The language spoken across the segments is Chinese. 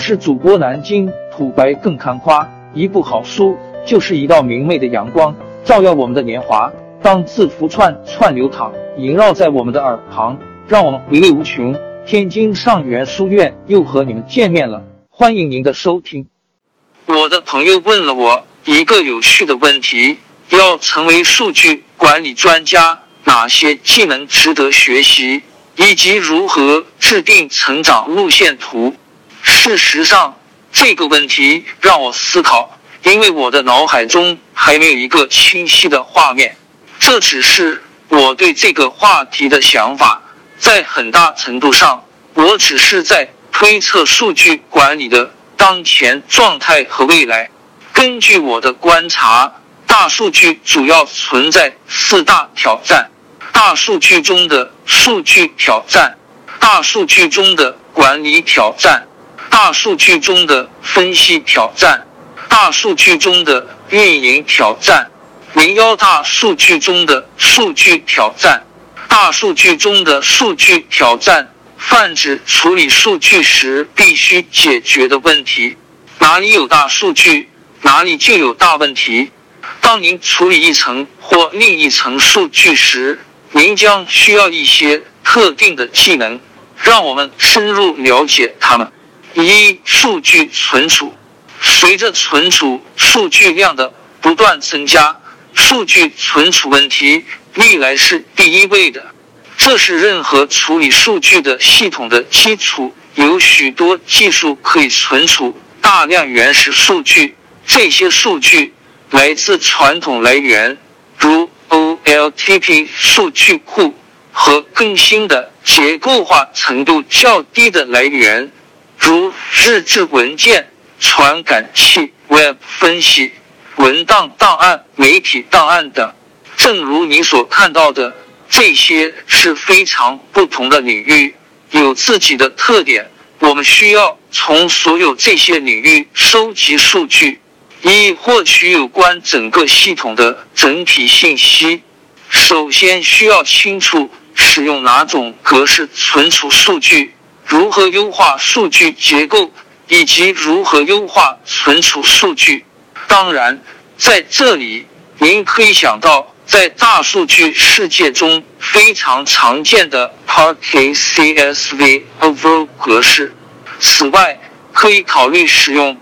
是主播南京土白更看花，一部好书就是一道明媚的阳光，照耀我们的年华。当字符串串流淌，萦绕在我们的耳旁，让我们回味无穷。天津上元书院又和你们见面了，欢迎您的收听。我的朋友问了我一个有趣的问题：要成为数据管理专家，哪些技能值得学习，以及如何制定成长路线图？事实上，这个问题让我思考，因为我的脑海中还没有一个清晰的画面。这只是我对这个话题的想法，在很大程度上，我只是在推测数据管理的当前状态和未来。根据我的观察，大数据主要存在4大挑战：大数据中的数据挑战，大数据中的管理挑战，大数据中的分析挑战，大数据中的运营挑战，01大数据中的数据挑战。大数据中的数据挑战泛指处理数据时必须解决的问题。哪里有大数据，哪里就有大问题。当您处理一层或另一层数据时，您将需要一些特定的技能，让我们深入了解它们。1、数据存储。随着存储数据量的不断增加，数据存储问题历来是第一位的。这是任何处理数据的系统的基础。有许多技术可以存储大量原始数据，这些数据来自传统来源，如 OLTP 数据库，和更新的结构化程度较低的来源，如日志文件、传感器、Web 分析、文档档案、媒体档案等。正如你所看到的，这些是非常不同的领域，有自己的特点。我们需要从所有这些领域收集数据，以获取有关整个系统的整体信息。首先需要清楚使用哪种格式存储数据，如何优化数据结构，以及如何优化存储数据。当然，在这里您可以想到在大数据世界中非常常见的 Parquet CSV Overall 格式。此外，可以考虑使用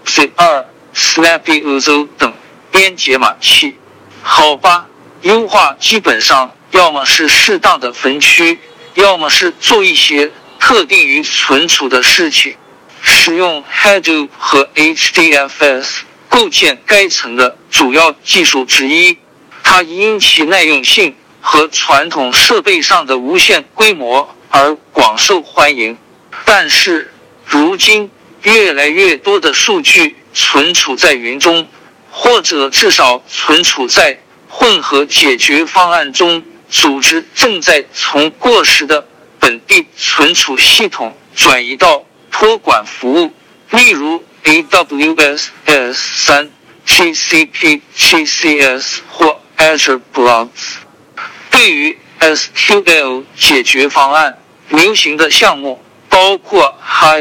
Z2、Snappy 等编解码器。好吧，优化基本上要么是适当的分区，要么是做一些特定于存储的事情。使用 Hadoop 和 HDFS 构建该层的主要技术之一，它因其耐用性和传统设备上的无限规模而广受欢迎。但是，如今越来越多的数据存储在云中，或者至少存储在混合解决方案中。组织正在从过时的本地存储系统转移到托管服务，例如 AWS S3、GCP、GCS 或 Azure Blobs。对于 SQL 解决方案，流行的项目包括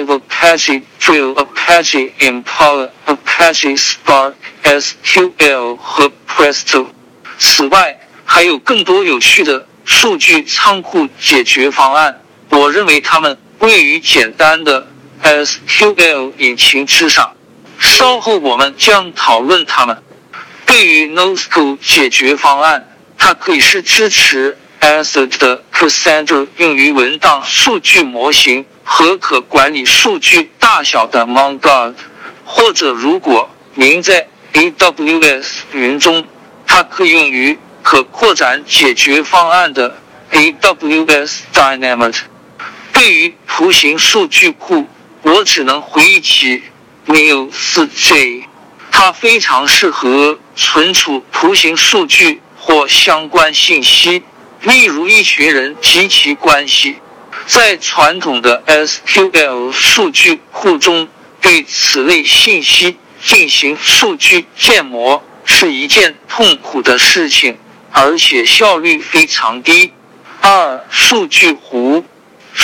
Hive、Apache、Drill、Apache、Impala、Apache Spark、SQL 和 Presto。此外，还有更多有趣的数据仓库解决方案，我认为它们位于简单的 SQL 引擎之上。稍后我们将讨论它们。对于 NoSQL 解决方案，它可以是支持 Azure 的 Cassandra 用于文档数据模型和可管理数据大小的 Mongo， 或者如果您在 AWS 云中，它可以用于可扩展解决方案的 AWS Dynamite。 对于图形数据库，我只能回忆起 Neo4j， 它非常适合存储图形数据或相关信息，例如一群人及其关系。在传统的 SQL 数据库中，对此类信息进行数据建模是一件痛苦的事情，而且效率非常低。2、数据湖。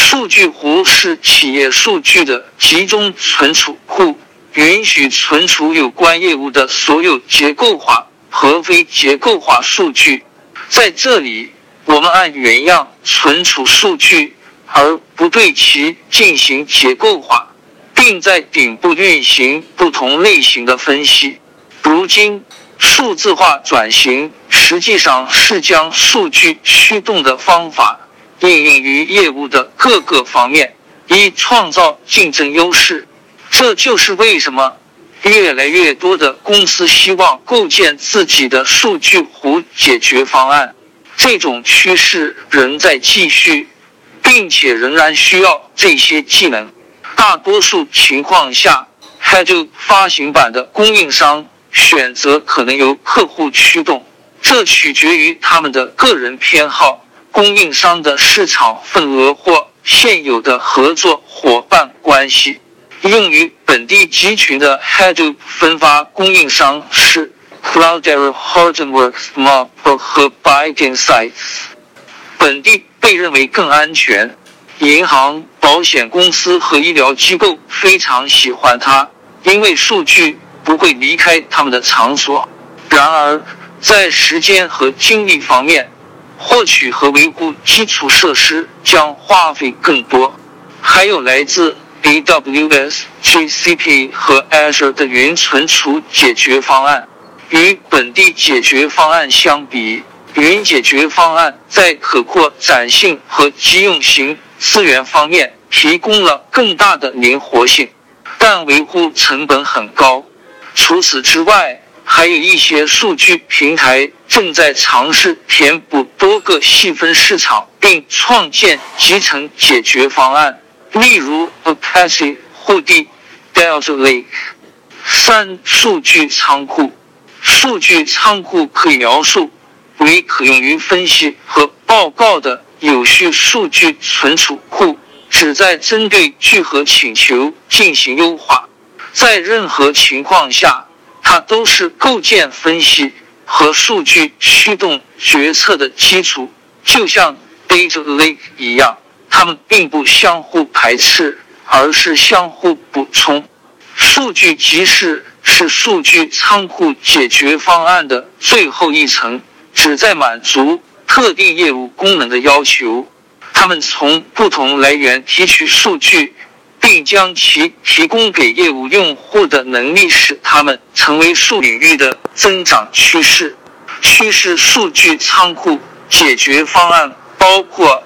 数据湖是企业数据的集中存储库，允许存储有关业务的所有结构化和非结构化数据。在这里，我们按原样存储数据，而不对其进行结构化，并在顶部运行不同类型的分析。如今，数字化转型实际上是将数据驱动的方法应用于业务的各个方面，以创造竞争优势。这就是为什么越来越多的公司希望构建自己的数据湖解决方案。这种趋势仍在继续，并且仍然需要这些技能。大多数情况下， Hadoop 发行版的供应商选择可能由客户驱动，这取决于他们的个人偏好、供应商的市场份额或现有的合作伙伴关系。用于本地集群的 Hadoop 分发供应商是 Cloudera、Hortonworks、Marble 和 ByteInsights。本地被认为更安全，银行、保险公司和医疗机构非常喜欢它，因为数据不会离开他们的场所。然而，在时间和精力方面，获取和维护基础设施将花费更多。还有来自 AWS、GCP 和 Azure 的云存储解决方案。与本地解决方案相比，云解决方案在可扩展性和急用型资源方面提供了更大的灵活性，但维护成本很高。除此之外，还有一些数据平台正在尝试填补多个细分市场，并创建集成解决方案，例如 Apache 护地、Delta Lake。3. 数据仓库。数据仓库可以描述为可用于分析和报告的有序数据存储库，旨在针对聚合请求进行优化。在任何情况下，它都是构建分析和数据驱动决策的基础，就像 Data Lake 一样，它们并不相互排斥，而是相互补充。数据集市是数据仓库解决方案的最后一层，旨在满足特定业务功能的要求。他们从不同来源提取数据，并将其提供给业务用户的能力使他们成为数领域的增长趋势。趋势数据仓库解决方案包括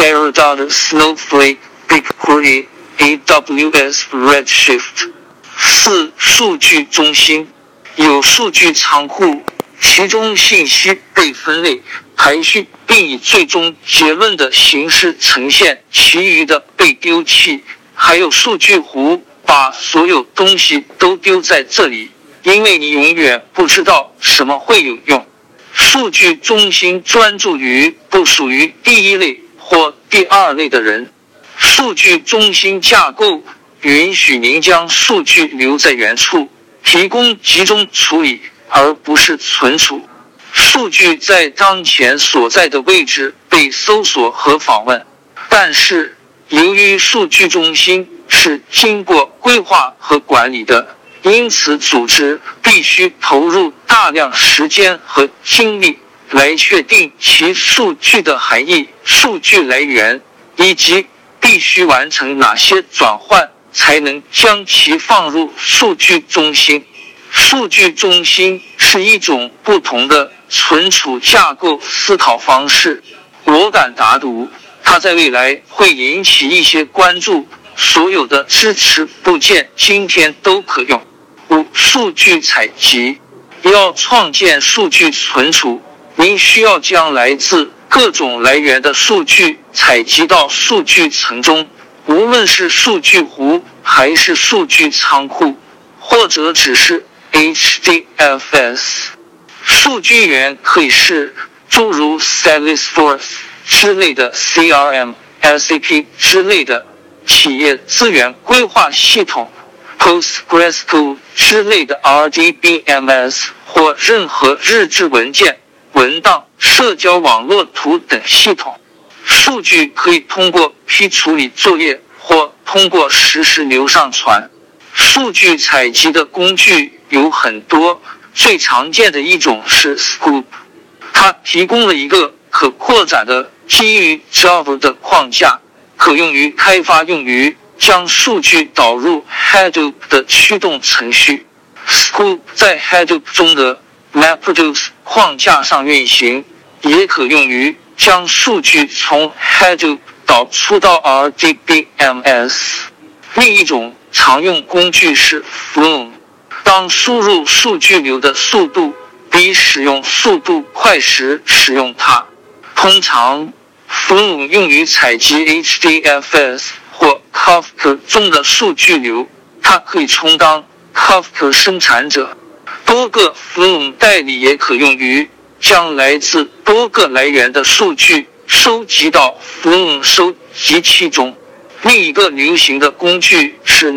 Teradata、Snowflake、BigQuery、AWS Redshift。4. 数据中心。有数据仓库，其中信息被分类、排序，并以最终结论的形式呈现，其余的被丢弃。还有数据湖，把所有东西都丢在这里，因为你永远不知道什么会有用。数据中心专注于不属于第一类或第二类的人。数据中心架构允许您将数据留在原处，提供集中处理，而不是存储。数据在当前所在的位置被搜索和访问，但是由于数据中心是经过规划和管理的，因此组织必须投入大量时间和精力来确定其数据的含义、数据来源，以及必须完成哪些转换才能将其放入数据中心。数据中心是一种不同的存储架构思考方式。我敢打赌，它在未来会引起一些关注。所有的支持部件今天都可用。5. 数据采集。要创建数据存储，您需要将来自各种来源的数据采集到数据层中，无论是数据湖还是数据仓库，或者只是 HDFS。 数据源可以是诸如 Salesforce 之类的 CRM、SAP 之类的企业资源规划系统、PostgreSQL 之类的 RDBMS 或任何日志文件、文档、社交网络图等系统。 数据可以通过批处理作业或通过实时流上传。数据采集的工具有很多，最常见的一种是 Scoop， 它提供了一个可扩展的基于 Java 的框架，可用于开发用于将数据导入 Hadoop 的驱动程序。Scoop 在 Hadoop 中的 MapReduce 框架上运行，也可用于将数据从 Hadoop 导出到 RDBMS。 另一种常用工具是 Flume， 当输入数据流的速度比使用速度快时使用它。通常 Flume 用于采集 HDFS 或 Kafka 中的数据流，它可以充当 Kafka 生产者。多个 Flume 代理也可用于将来自多个来源的数据收集到 Flume 收集器中。另一个流行的工具是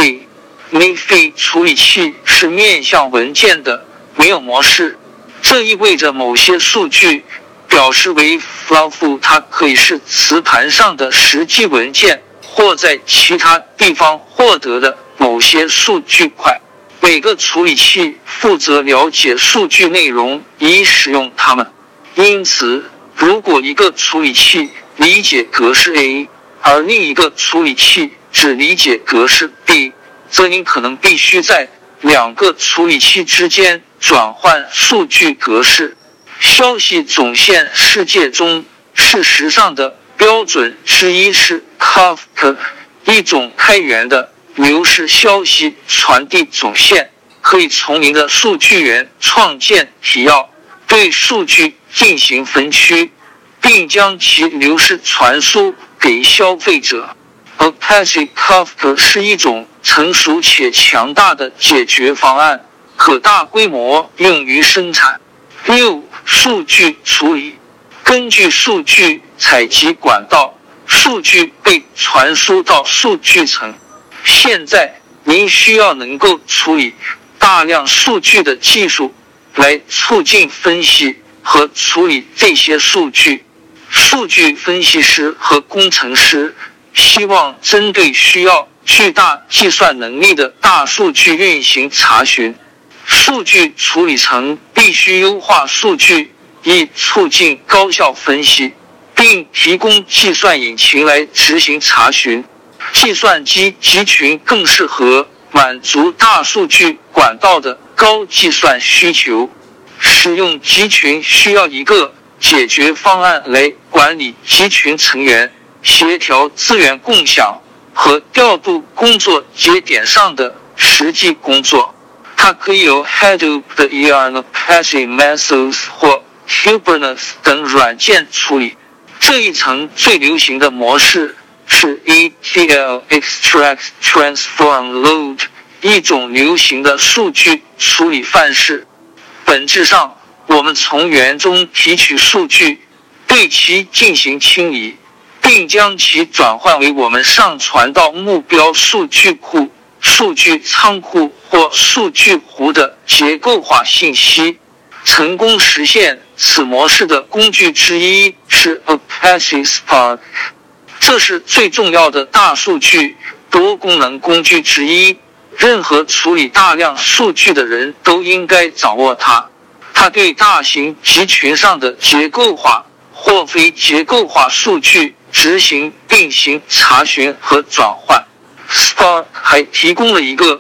Nifi。Nifi 处理器是面向文件的，没有模式。这意味着某些数据表示为 fluff， 它可以是磁盘上的实际文件，或在其他地方获得的某些数据块。每个处理器负责了解数据内容以使用它们。因此，如果一个处理器理解格式 A， 而另一个处理器只理解格式 B， 则您可能必须在两个处理器之间转换数据格式。消息总线世界中，事实上的标准之一是 Kafka， 一种开源的流式消息传递总线，可以从您的数据源创建提要，对数据进行分区，并将其流式传输给消费者。Apache Kafka 是一种成熟且强大的解决方案，可大规模用于生产。6. 数据处理。根据数据采集管道，数据被传输到数据层。现在您需要能够处理大量数据的技术，来促进分析和处理这些数据。数据分析师和工程师希望针对需要巨大计算能力的大数据运行查询。数据处理层必须优化数据，以促进高效分析，并提供计算引擎来执行查询。计算机集群更适合满足大数据管道的高计算需求。使用集群需要一个解决方案来管理集群成员，协调资源共享和调度工作节点上的实际工作。它可以由 Hadoop 的 Apache Mesos 或 Kubernetes 等软件处理。这一层最流行的模式是 ETL Extract Transform Load， 一种流行的数据处理范式。本质上，我们从源中提取数据，对其进行清理，并将其转换为我们上传到目标数据库、数据仓库或数据湖的结构化信息。成功实现此模式的工具之一是 Apache Spark， 这是最重要的大数据多功能工具之一，任何处理大量数据的人都应该掌握它。它对大型集群上的结构化或非结构化数据执行并行查询和转换。Spark 还提供了一个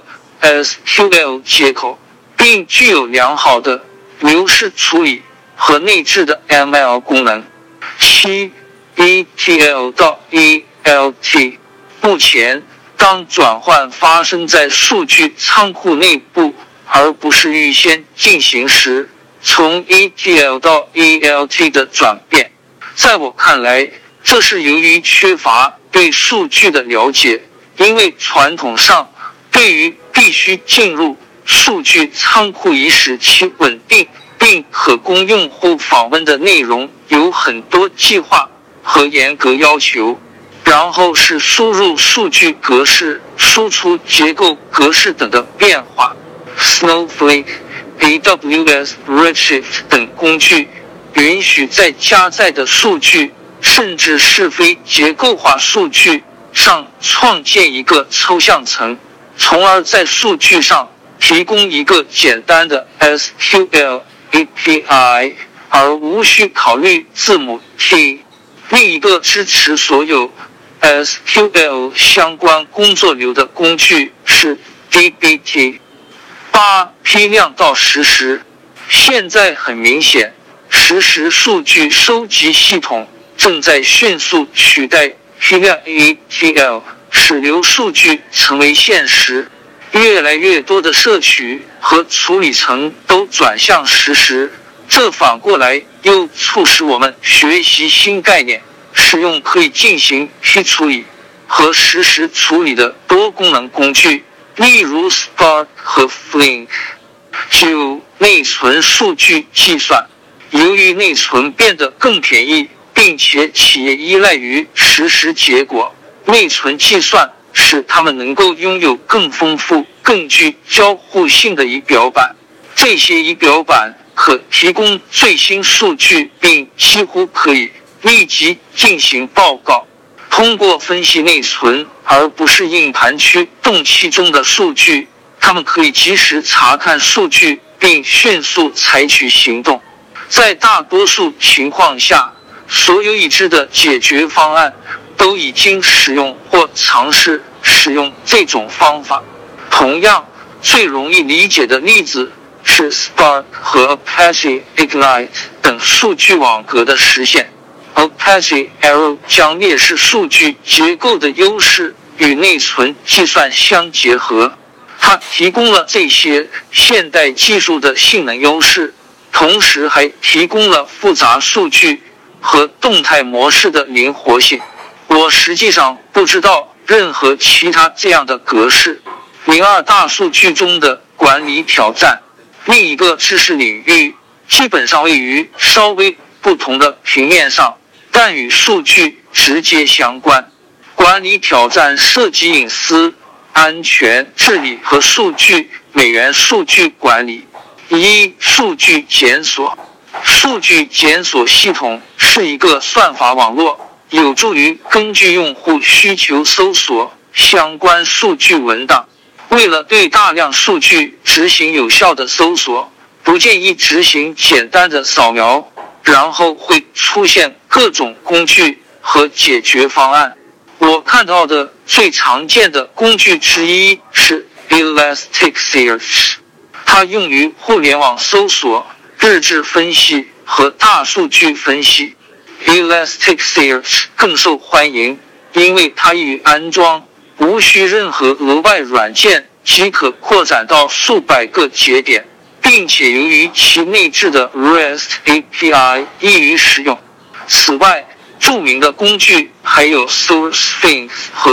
SQL 接口，并具有良好的流式处理和内置的 ML 功能。7. ETL 到 ELT。 目前，当转换发生在数据仓库内部，而不是预先进行时，从 ETL 到 ELT 的转变，在我看来，这是由于缺乏对数据的了解，因为传统上对于必须进入数据仓库以使其稳定并可供用户访问的内容有很多计划和严格要求。然后是输入数据格式、输出结构格式等的变化。Snowflake、AWS Redshift 等工具允许在加载的数据甚至是非结构化数据上创建一个抽象层，从而在数据上提供一个简单的 SQL API， 而无需考虑字母 T。 另一个支持所有 SQL 相关工作流的工具是 dbt。 8. 批量到实时。现在很明显，实时数据收集系统正在迅速取代批量 ETL， 使流数据成为现实。越来越多的摄取和处理层都转向实时，这反过来又促使我们学习新概念，使用可以进行批处理和实时处理的多功能工具，例如 Spark 和 Flink。9. 内存数据计算。由于内存变得更便宜，并且企业依赖于实时结果，内存计算使他们能够拥有更丰富、更具交互性的仪表板。这些仪表板可提供最新数据，并几乎可以立即进行报告。通过分析内存而不是硬盘驱动器中的数据，他们可以及时查看数据并迅速采取行动。在大多数情况下，所有已知的解决方案都已经使用或尝试使用这种方法。同样，最容易理解的例子是 Spark 和 Apache Ignite 等数据网格的实现。Apache Arrow 将列式数据结构的优势与内存计算相结合，它提供了这些现代技术的性能优势，同时还提供了复杂数据和动态模式的灵活性。我实际上不知道任何其他这样的格式。02大数据中的管理挑战。另一个知识领域基本上位于稍微不同的平面上，但与数据直接相关。管理挑战涉及隐私、安全、治理和数据美元数据管理。1. 数据检索。数据检索系统是一个算法网络，有助于根据用户需求搜索相关数据文档。为了对大量数据执行有效的搜索，不建议执行简单的扫描，然后会出现各种工具和解决方案。我看到的最常见的工具之一是 Elasticsearch， 它用于互联网搜索、日志分析和大数据分析。Elasticsearch 更受欢迎，因为它易于安装，无需任何额外软件即可扩展到数百个节点，并且由于其内置的 REST API 易于使用。此外，著名的工具还有 SourceFinx 和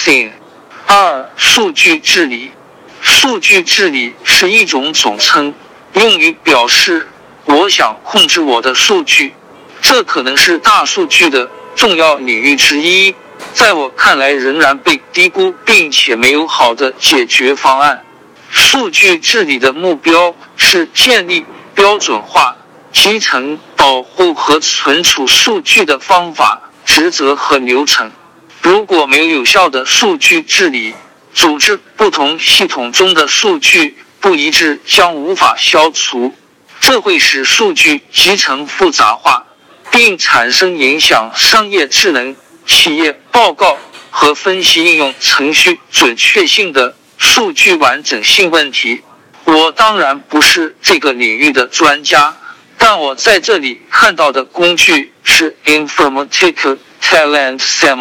Lucene。2. 数据治理。数据治理是一种总称，用于表示我想控制我的数据。这可能是大数据的重要领域之一，在我看来仍然被低估，并且没有好的解决方案。数据治理的目标是建立标准化、集成、保护和存储数据的方法、职责和流程。如果没有有效的数据治理，组织不同系统中的数据不一致将无法消除，这会使数据集成复杂化，并产生影响商业智能、企业报告和分析应用程序准确性的数据完整性问题。我当然不是这个领域的专家，但我在这里看到的工具是 Informatica Talent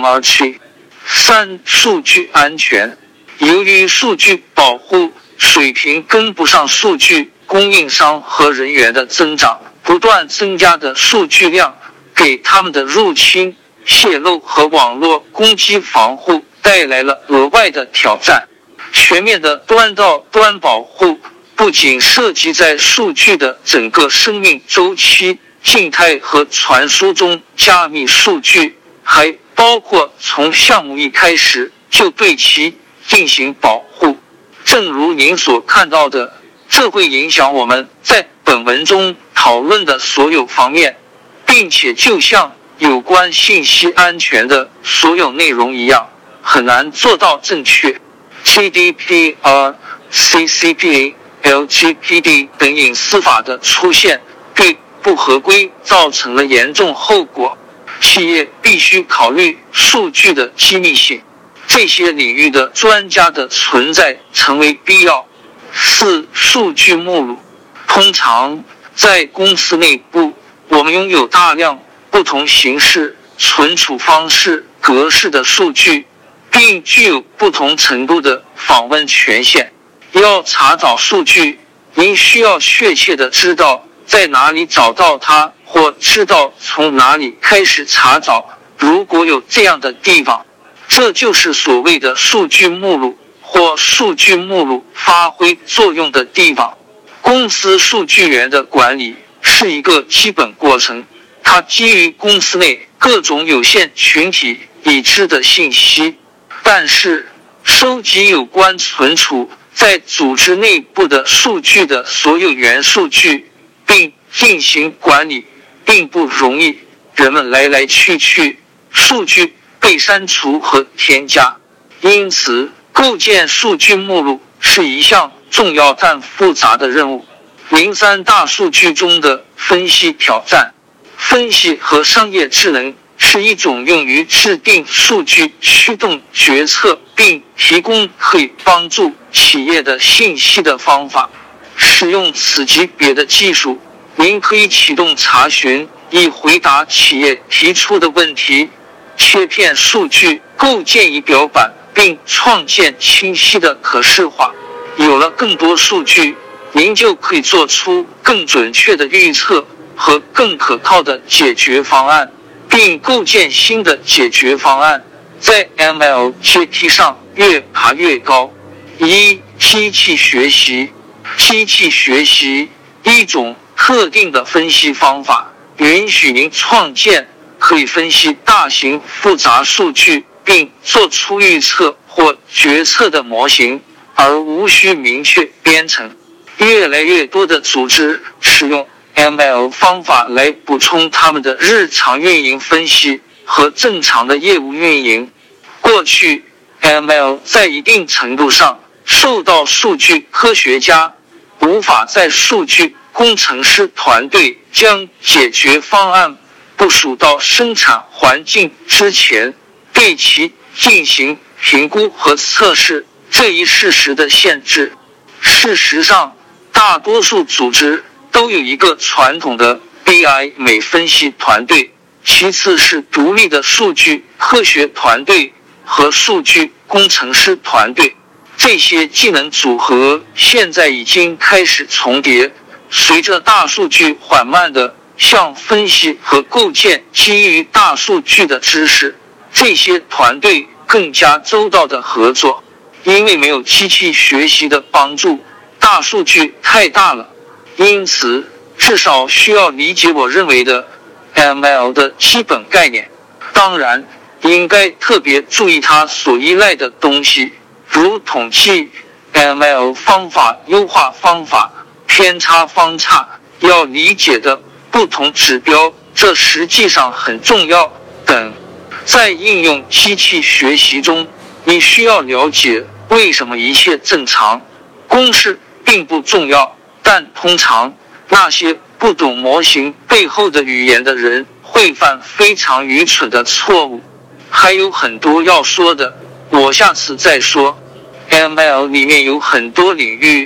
SMRG。3. 数据安全。由于数据保护水平跟不上数据供应商和人员的增长，不断增加的数据量给他们的入侵、泄露和网络攻击防护带来了额外的挑战。全面的端到端保护不仅涉及在数据的整个生命周期、静态和传输中加密数据，还包括从项目一开始就对其进行保护。正如您所看到的，这会影响我们在本文中讨论的所有方面，并且就像有关信息安全的所有内容一样，很难做到正确。GDPR、CCPA、LGPD 等隐私法的出现，对不合规造成了严重后果。企业必须考虑数据的机密性，这些领域的专家的存在成为必要。4. 数据目录。通常在公司内部，我们拥有大量不同形式、存储方式、格式的数据，并具有不同程度的访问权限。要查找数据，您需要确切地知道在哪里找到它，或知道从哪里开始查找。如果有这样的地方，这就是所谓的数据目录或数据目录发挥作用的地方。公司数据源的管理是一个基本过程，它基于公司内各种有限群体已知的信息，但是收集有关存储在组织内部的数据的所有元数据，并进行管理并不容易。人们来来去去，数据被删除和添加，因此构建数据目录是一项重要但复杂的任务。03大数据中的分析挑战。分析和商业智能是一种用于制定数据驱动决策并提供可以帮助企业的信息的方法。使用此级别的技术，您可以启动查询，以回答企业提出的问题，切片数据，构建仪表板，并创建清晰的可视化。有了更多数据，您就可以做出更准确的预测和更可靠的解决方案，并构建新的解决方案，在 ML 阶梯上越爬越高。1. 机器学习。机器学习一种特定的分析方法，允许您创建可以分析大型复杂数据并做出预测或决策的模型，而无需明确编程。越来越多的组织使用 ML 方法来补充他们的日常运营分析和正常的业务运营。过去 ML 在一定程度上受到数据科学家无法在数据工程师团队将解决方案部署到生产环境之前对其进行评估和测试这一事实的限制。事实上，大多数组织都有一个传统的 BI 美分析团队，其次是独立的数据科学团队和数据工程师团队。这些技能组合现在已经开始重叠，随着大数据缓慢地向分析和构建基于大数据的知识，这些团队更加周到的合作。因为没有机器学习的帮助，大数据太大了，因此至少需要理解我认为的 ML 的基本概念。当然，应该特别注意它所依赖的东西，如统计、ML 方法、优化方法、偏差方差，要理解的不同指标，这实际上很重要等。在应用机器学习中，你需要了解为什么一切正常。公式并不重要，但通常那些不懂模型背后的语言的人会犯非常愚蠢的错误。还有很多要说的，我下次再说。ML 里面有很多领域，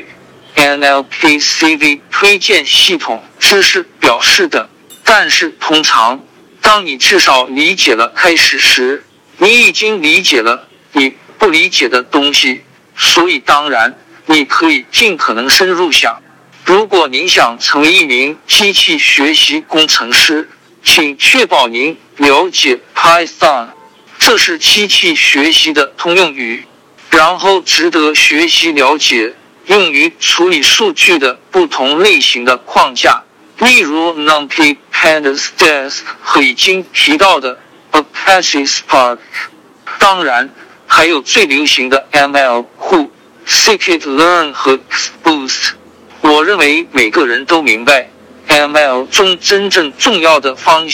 NLP、CV 推荐系统、知识表示等，但是通常当你至少理解了开始时，你已经理解了你不理解的东西，所以当然你可以尽可能深入想。如果您想成为一名机器学习工程师，请确保您了解 Python， 这是机器学习的通用语。然后值得学习了解用于处理数据的不同类型的框架，例如 NumPy、Pandas 和已经提到的 Apache Spark。当然，还有最流行的 ML 库 Scikit-learn 和 XBoost。我认为每个人都明白 ML 中真正重要的方向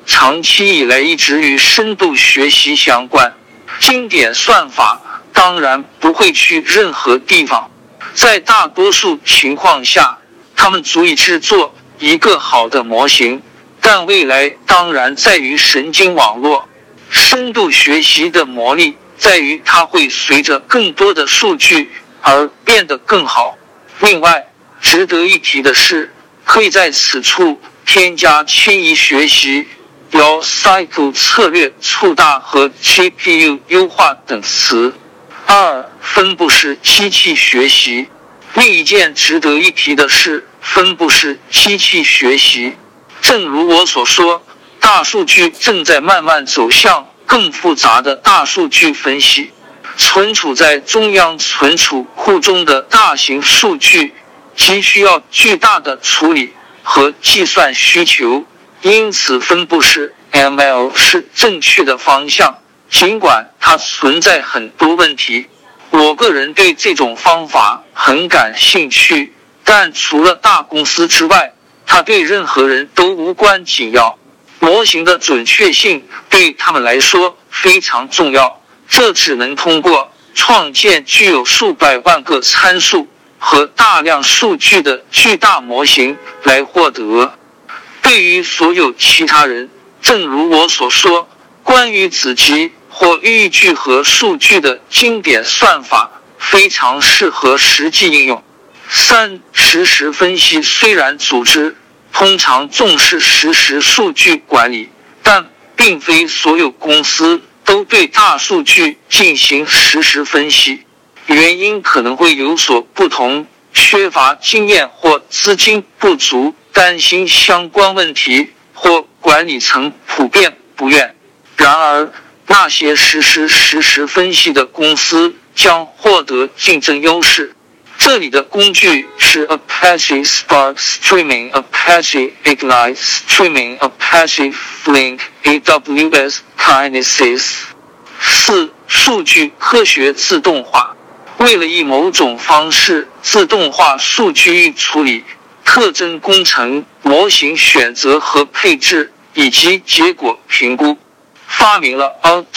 长期以来一直与深度学习相关。经典算法当然不会去任何地方，在大多数情况下，它们足以制作一个好的模型，但未来当然在于神经网络。深度学习的魔力在于它会随着更多的数据而变得更好。另外，值得一提的是，可以在此处添加迁移学习、Cycle 策略触大和 GPU 优化等词。二、分布式机器学习。另一件值得一提的是分布式机器学习。正如我所说，大数据正在慢慢走向更复杂的大数据分析。存储在中央存储库中的大型数据急需要巨大的处理和计算需求，因此分布式 ML 是正确的方向，尽管它存在很多问题。我个人对这种方法很感兴趣，但除了大公司之外，它对任何人都无关紧要。模型的准确性对他们来说非常重要，这只能通过创建具有数百万个参数和大量数据的巨大模型来获得。对于所有其他人，正如我所说，关于子集或寓意聚合数据的经典算法非常适合实际应用。三、实时分析。虽然组织通常重视实时数据管理，但并非所有公司都对大数据进行实时分析，原因可能会有所不同，缺乏经验或资金不足，担心相关问题，或管理层普遍不愿。然而，那些实时分析的公司将获得竞争优势。这里的工具是 Apache Spark Streaming、Apache Ignite Streaming、Apache Flink、AWS Kinesis。四、数据科学自动化。为了以某种方式自动化数据域处理、特征工程、模型选择和配置以及结果评估，发明了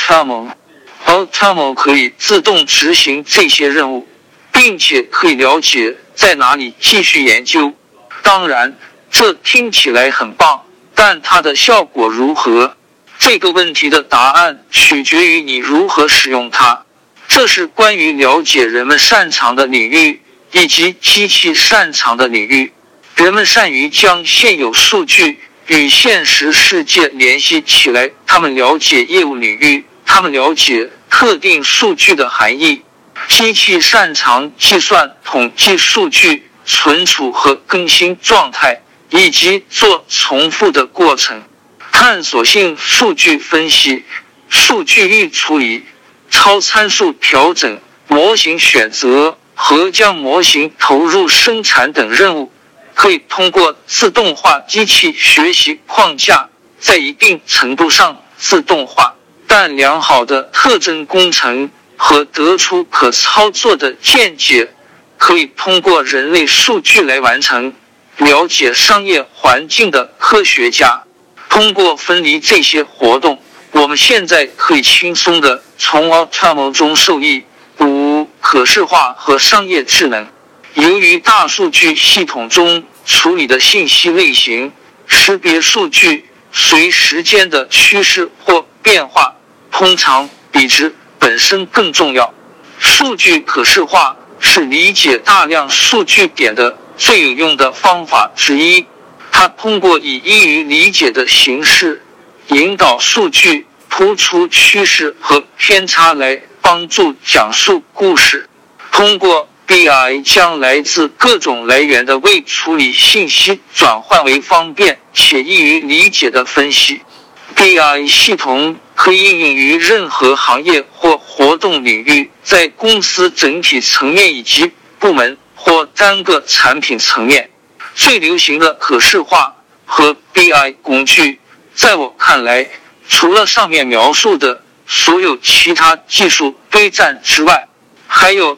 Optamo。Optamo 可以自动执行这些任务，并且可以了解在哪里继续研究。当然，这听起来很棒，但它的效果如何？这个问题的答案取决于你如何使用它。这是关于了解人们擅长的领域以及机器擅长的领域。人们善于将现有数据与现实世界联系起来，他们了解业务领域，他们了解特定数据的含义。机器擅长计算统计数据、存储和更新状态，以及做重复的过程。探索性数据分析、数据域处理、超参数调整、模型选择和将模型投入生产等任务，可以通过自动化机器学习框架在一定程度上自动化，但良好的特征工程和得出可操作的见解可以通过人类数据来完成。了解商业环境的科学家通过分离这些活动，我们现在可以轻松地从 Optamo 中受益。五、可视化和商业智能。由于大数据系统中处理的信息类型识别数据随时间的趋势或变化，通常比之本身更重要。数据可视化是理解大量数据点的最有用的方法之一。它通过以易于理解的形式引导数据突出趋势和偏差来帮助讲述故事。通过 BI 将来自各种来源的未处理信息转换为方便且易于理解的分析。BI 系统可以应用于任何行业或活动领域，在公司整体层面以及部门或单个产品层面。最流行的可视化和 BI 工具，在我看来，除了上面描述的所有其他技术堆栈之外，还有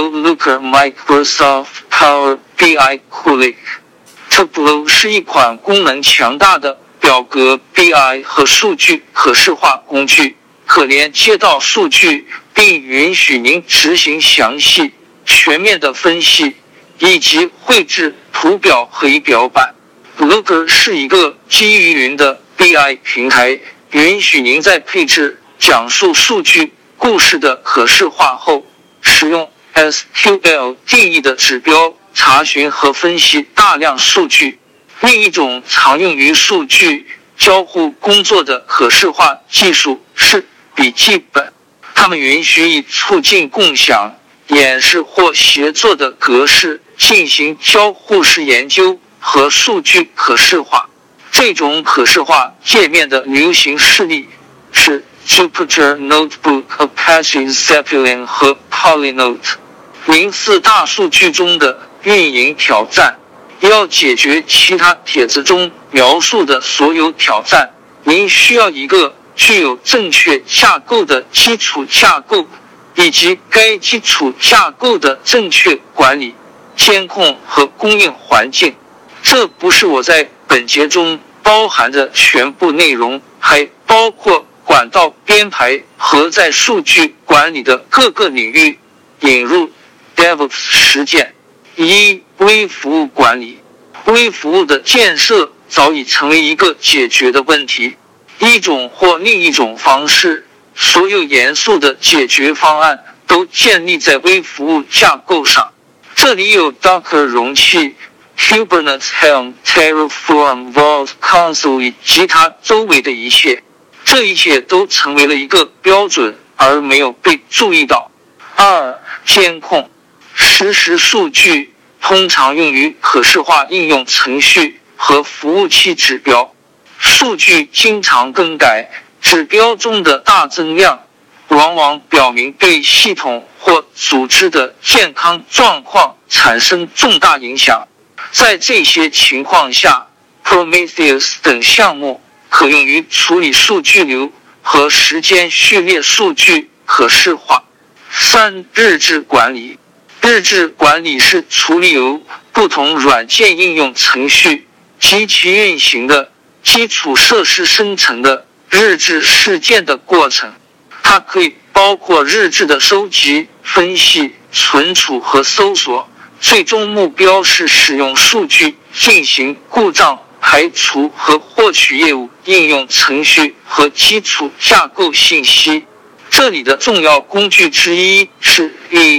Tableau、Looker、Microsoft Power BI Cooling。Tableau 是一款功能强大的表格 BI 和数据可视化工具，可连接到数据，并允许您执行详细、全面的分析，以及绘制图表和仪表板。Looker 是一个基于云的 BI 平台，允许您在配置讲述数据故事的可视化后，使用 SQL 定义的指标查询和分析大量数据。另一种常用于数据交互工作的可视化技术是笔记本，它们允许以促进共享、演示或协作的格式进行交互式研究和数据可视化。这种可视化界面的流行事例是 Jupyter Notebook、Apache Zeppelin 和 Polynote。04大数据中的运营挑战。要解决其他帖子中描述的所有挑战，您需要一个具有正确架构的基础架构，以及该基础架构的正确管理、监控和供应环境。这不是我在本节中包含的全部内容，还包括管道编排和在数据管理的各个领域引入 DevOps 实践。1. 微服务管理。微服务的建设早已成为一个解决的问题，一种或另一种方式，所有严肃的解决方案都建立在微服务架构上。这里有 Docker 容器、Kubernetes Helm、Terraform、Vault、Console 以及它周围的一切，这一切都成为了一个标准，而没有被注意到。2. 监控。实时数据通常用于可视化应用程序和服务器指标。数据经常更改，指标中的大增量往往表明对系统或组织的健康状况产生重大影响。在这些情况下， Prometheus 等项目可用于处理数据流和时间序列数据可视化。3. 日志管理。日志管理是处理由不同软件应用程序及其运行的基础设施生成的日志事件的过程。它可以包括日志的收集、分析、存储和搜索，最终目标是使用数据进行故障排除和获取业务应用程序和基础架构信息。这里的重要工具之一是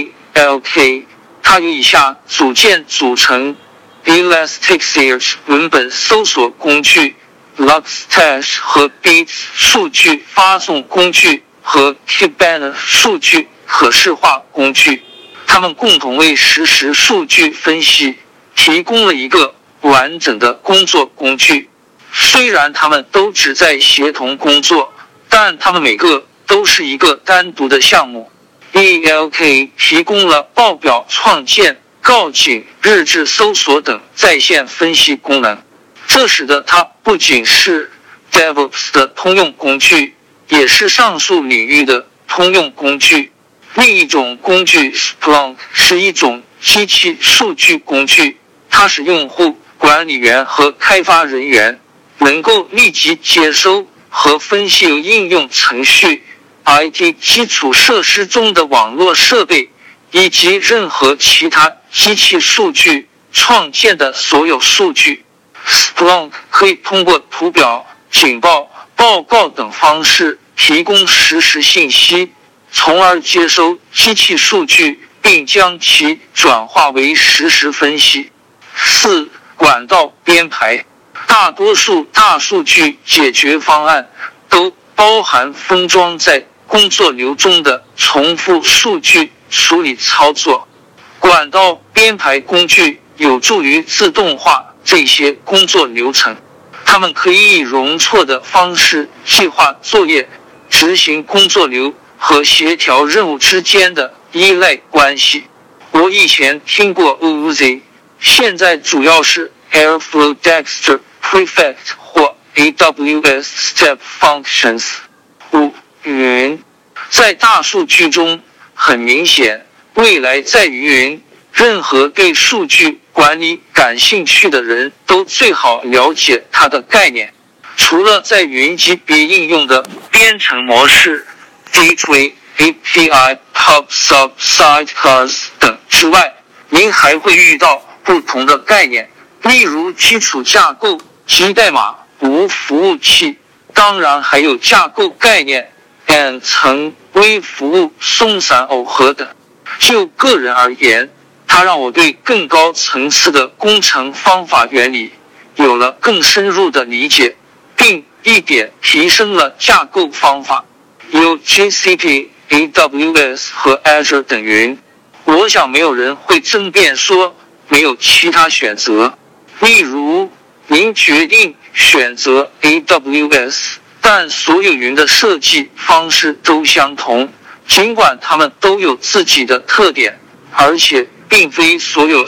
ELK， 它由以下组件组成： Elasticsearch 文本搜索工具、 Logstash 和 Bits 数据发送工具和 Kibana 数据可视化工具。它们共同为实时数据分析提供了一个完整的工作工具。虽然它们都只在协同工作，但它们每个都是一个单独的项目。ELK 提供了报表创建、告警、日志搜索等在线分析功能，这使得它不仅是 DevOps 的通用工具，也是上述领域的通用工具。另一种工具 Splunk 是一种机器数据工具，它使用户、管理员和开发人员能够立即接收和分析由应用程序、IT 基础设施中的网络设备以及任何其他机器数据创建的所有数据。Splunk 可以通过图表、警报、报告等方式提供实时信息，从而接收机器数据并将其转化为实时分析。4. 管道编排。大多数大数据解决方案都包含封装在工作流中的重复数据处理操作。管道编排工具有助于自动化这些工作流程，它们可以以容错的方式计划作业、执行工作流和协调任务之间的依赖关系。我以前听过 OOZ， 现在主要是 Airflow、Dexter、Prefect 或 AWS Step Functions。5. 云。在大数据中，很明显，未来在于云。任何对数据管理感兴趣的人都最好了解它的概念。 除了在云级别应用的编程模式、Gateway、API、Hub、Sub、Sidecars 等之外，您还会遇到不同的概念，例如基础架构及代码无服务器，当然还有架构概念、N 层、微服务、松散耦合等。就个人而言，它让我对更高层次的工程方法原理有了更深入的理解，并一点提升了架构方法。有 GCP、AWS 和 Azure 等云，我想没有人会争辩说没有其他选择。例如，您决定选择 AWS， 但所有云的设计方式都相同，尽管它们都有自己的特点，而且并非所有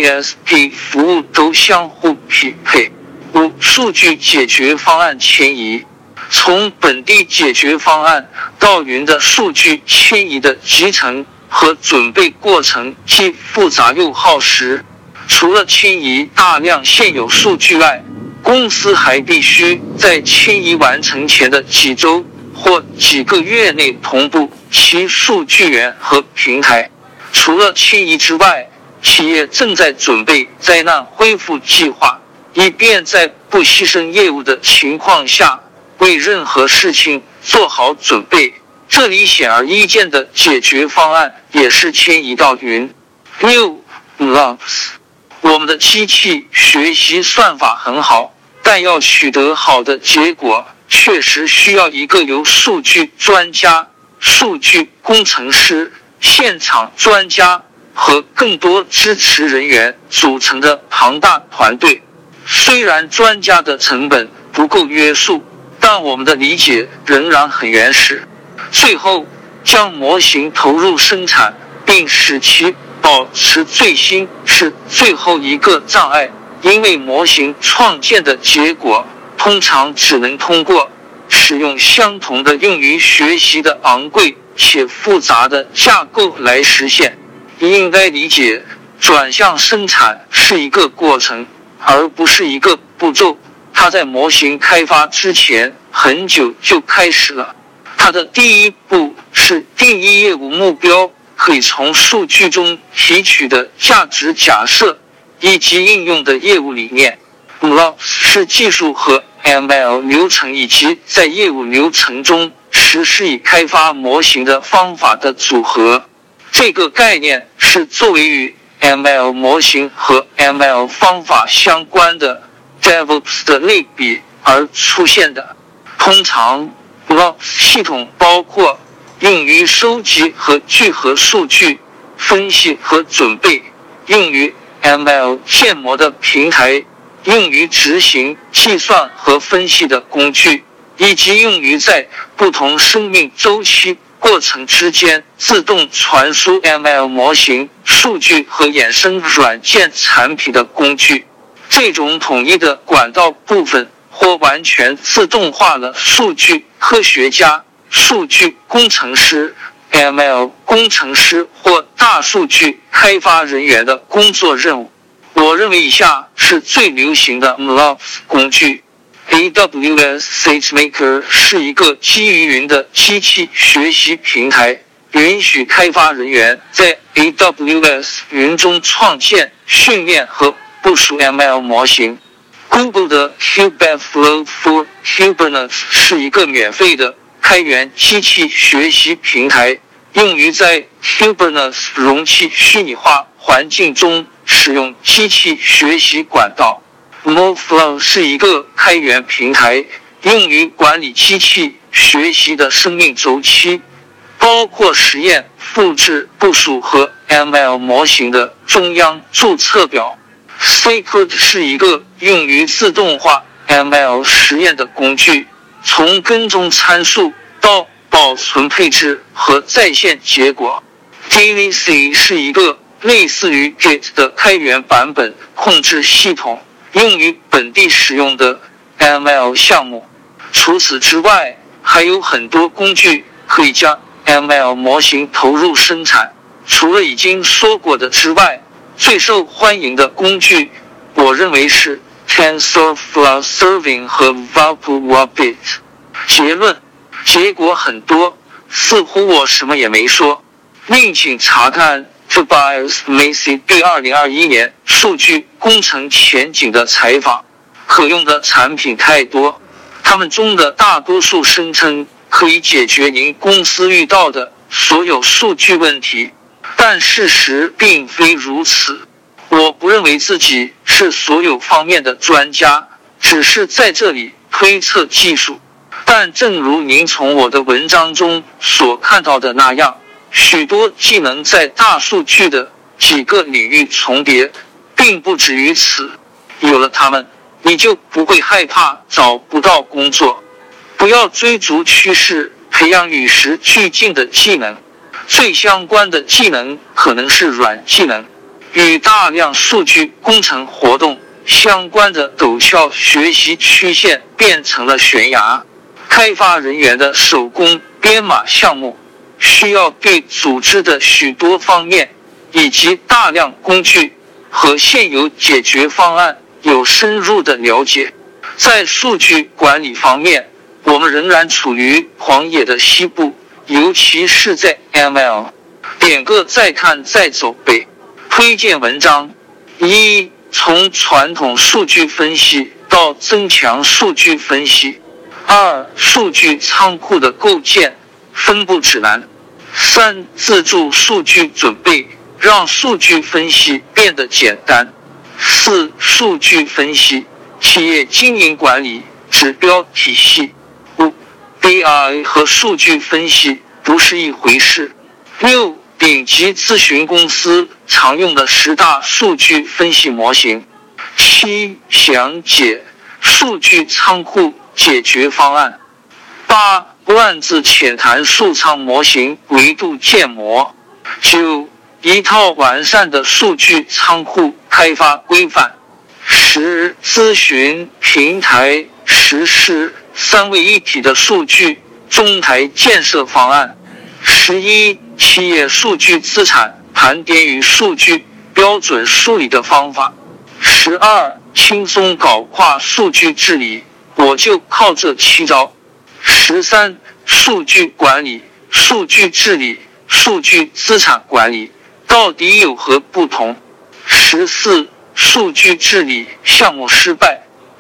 CSP 服务都相互匹配。5、数据解决方案迁移。从本地解决方案到云的数据迁移的集成和准备过程既复杂又耗时。除了迁移大量现有数据外，公司还必须在迁移完成前的几周或几个月内同步其数据源和平台。除了迁移之外，企业正在准备灾难恢复计划，以便在不牺牲业务的情况下为任何事情做好准备。这里显而易见的解决方案也是迁移到云。6、MLOps。我们的机器学习算法很好，但要取得好的结果，确实需要一个由数据专家、数据工程师、现场专家和更多支持人员组成的庞大团队。虽然专家的成本不够约束，但我们的理解仍然很原始。最后，将模型投入生产，并使其保持最新是最后一个障碍，因为模型创建的结果通常只能通过使用相同的用于学习的昂贵且复杂的架构来实现。你应该理解，转向生产是一个过程，而不是一个步骤。它在模型开发之前很久就开始了。它的第一步是定义业务目标，可以从数据中提取的价值假设以及应用的业务理念。MLOps 是技术和 ML 流程以及在业务流程中实施以开发模型的方法的组合。这个概念是作为与 ML 模型和 ML 方法相关的 DevOps 的类比而出现的。通常 MLOps 系统包括用于收集和聚合数据、分析和准备，用于 ML 建模的平台，用于执行、计算和分析的工具，以及用于在不同生命周期过程之间自动传输 ML 模型、数据和衍生软件产品的工具。这种统一的管道部分或完全自动化了数据科学家、数据工程师、ML 工程师或大数据开发人员的工作任务。我认为以下是最流行的 MLOps 工具。AWS SageMaker 是一个基于云的机器学习平台，允许开发人员在 AWS 云中创建、训练和部署 ML 模型。Google 的 Kubeflow for Kubernetes 是一个免费的开源机器学习平台，用于在 Kubernetes 容器虚拟化环境中使用机器学习管道。Moveflow 是一个开源平台，用于管理机器学习的生命周期，包括实验、复制、部署和 ML 模型的中央注册表。Scikit 是一个用于自动化 ML 实验的工具，从跟踪参数到保存配置和在线结果。DailyC 是一个类似于 Git 的开源版本控制系统，用于本地使用的 ML 项目。除此之外，还有很多工具可以将 ML 模型投入生产。除了已经说过的之外，最受欢迎的工具，我认为是 TensorFlow Serving 和 VaporWarbit。结果很多，似乎我什么也没说。另请查看 Tobias Macey 对2021年数据工程前景的采访。可用的产品太多，他们中的大多数声称可以解决您公司遇到的所有数据问题，但事实并非如此。我不认为自己是所有方面的专家，只是在这里推测技术。但正如您从我的文章中所看到的那样，许多技能在大数据的几个领域重叠，并不止于此。有了它们，你就不会害怕找不到工作。不要追逐趋势，培养与时俱进的技能。最相关的技能可能是软技能，与大量数据工程活动相关的陡峭学习曲线变成了悬崖。开发人员的手工编码项目需要对组织的许多方面以及大量工具和现有解决方案有深入的了解。在数据管理方面，我们仍然处于荒野的西部，尤其是在 ML。 点个再看再走呗。推荐文章：一、从传统数据分析到增强数据分析。二、数据仓库的构建分布指南。三、自助数据准备，让数据分析变得简单。四、数据分析企业经营管理指标体系。五、BI 和数据分析不是一回事。六、顶级咨询公司常用的10大数据分析模型。七、详解数据仓库解决方案。八、万字浅谈数仓模型维度建模。九、一套完善的数据仓库开发规范。十、咨询平台实施3位一体的数据中台建设方案。11、企业数据资产盘点与数据标准梳理的方法。12、轻松搞跨数据治理，我就靠这7招。13、数据管理、数据治理、数据资产管理到底有何不同？14、数据治理项目失败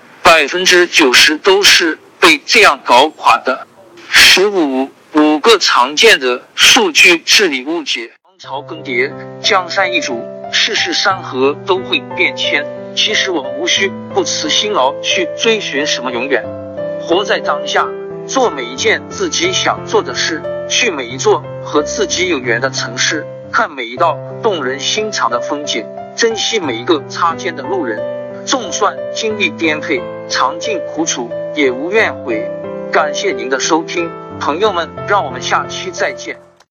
，90%都是被这样搞垮的。15、5个常见的数据治理误解。王朝更迭，江山易主，世事山河都会变迁。其实我们无需不辞辛劳去追寻什么永远，活在当下，做每一件自己想做的事，去每一座和自己有缘的城市，看每一道动人心肠的风景，珍惜每一个擦肩的路人。纵算经历颠沛，尝尽苦楚，也无怨悔。感谢您的收听，朋友们，让我们下期再见。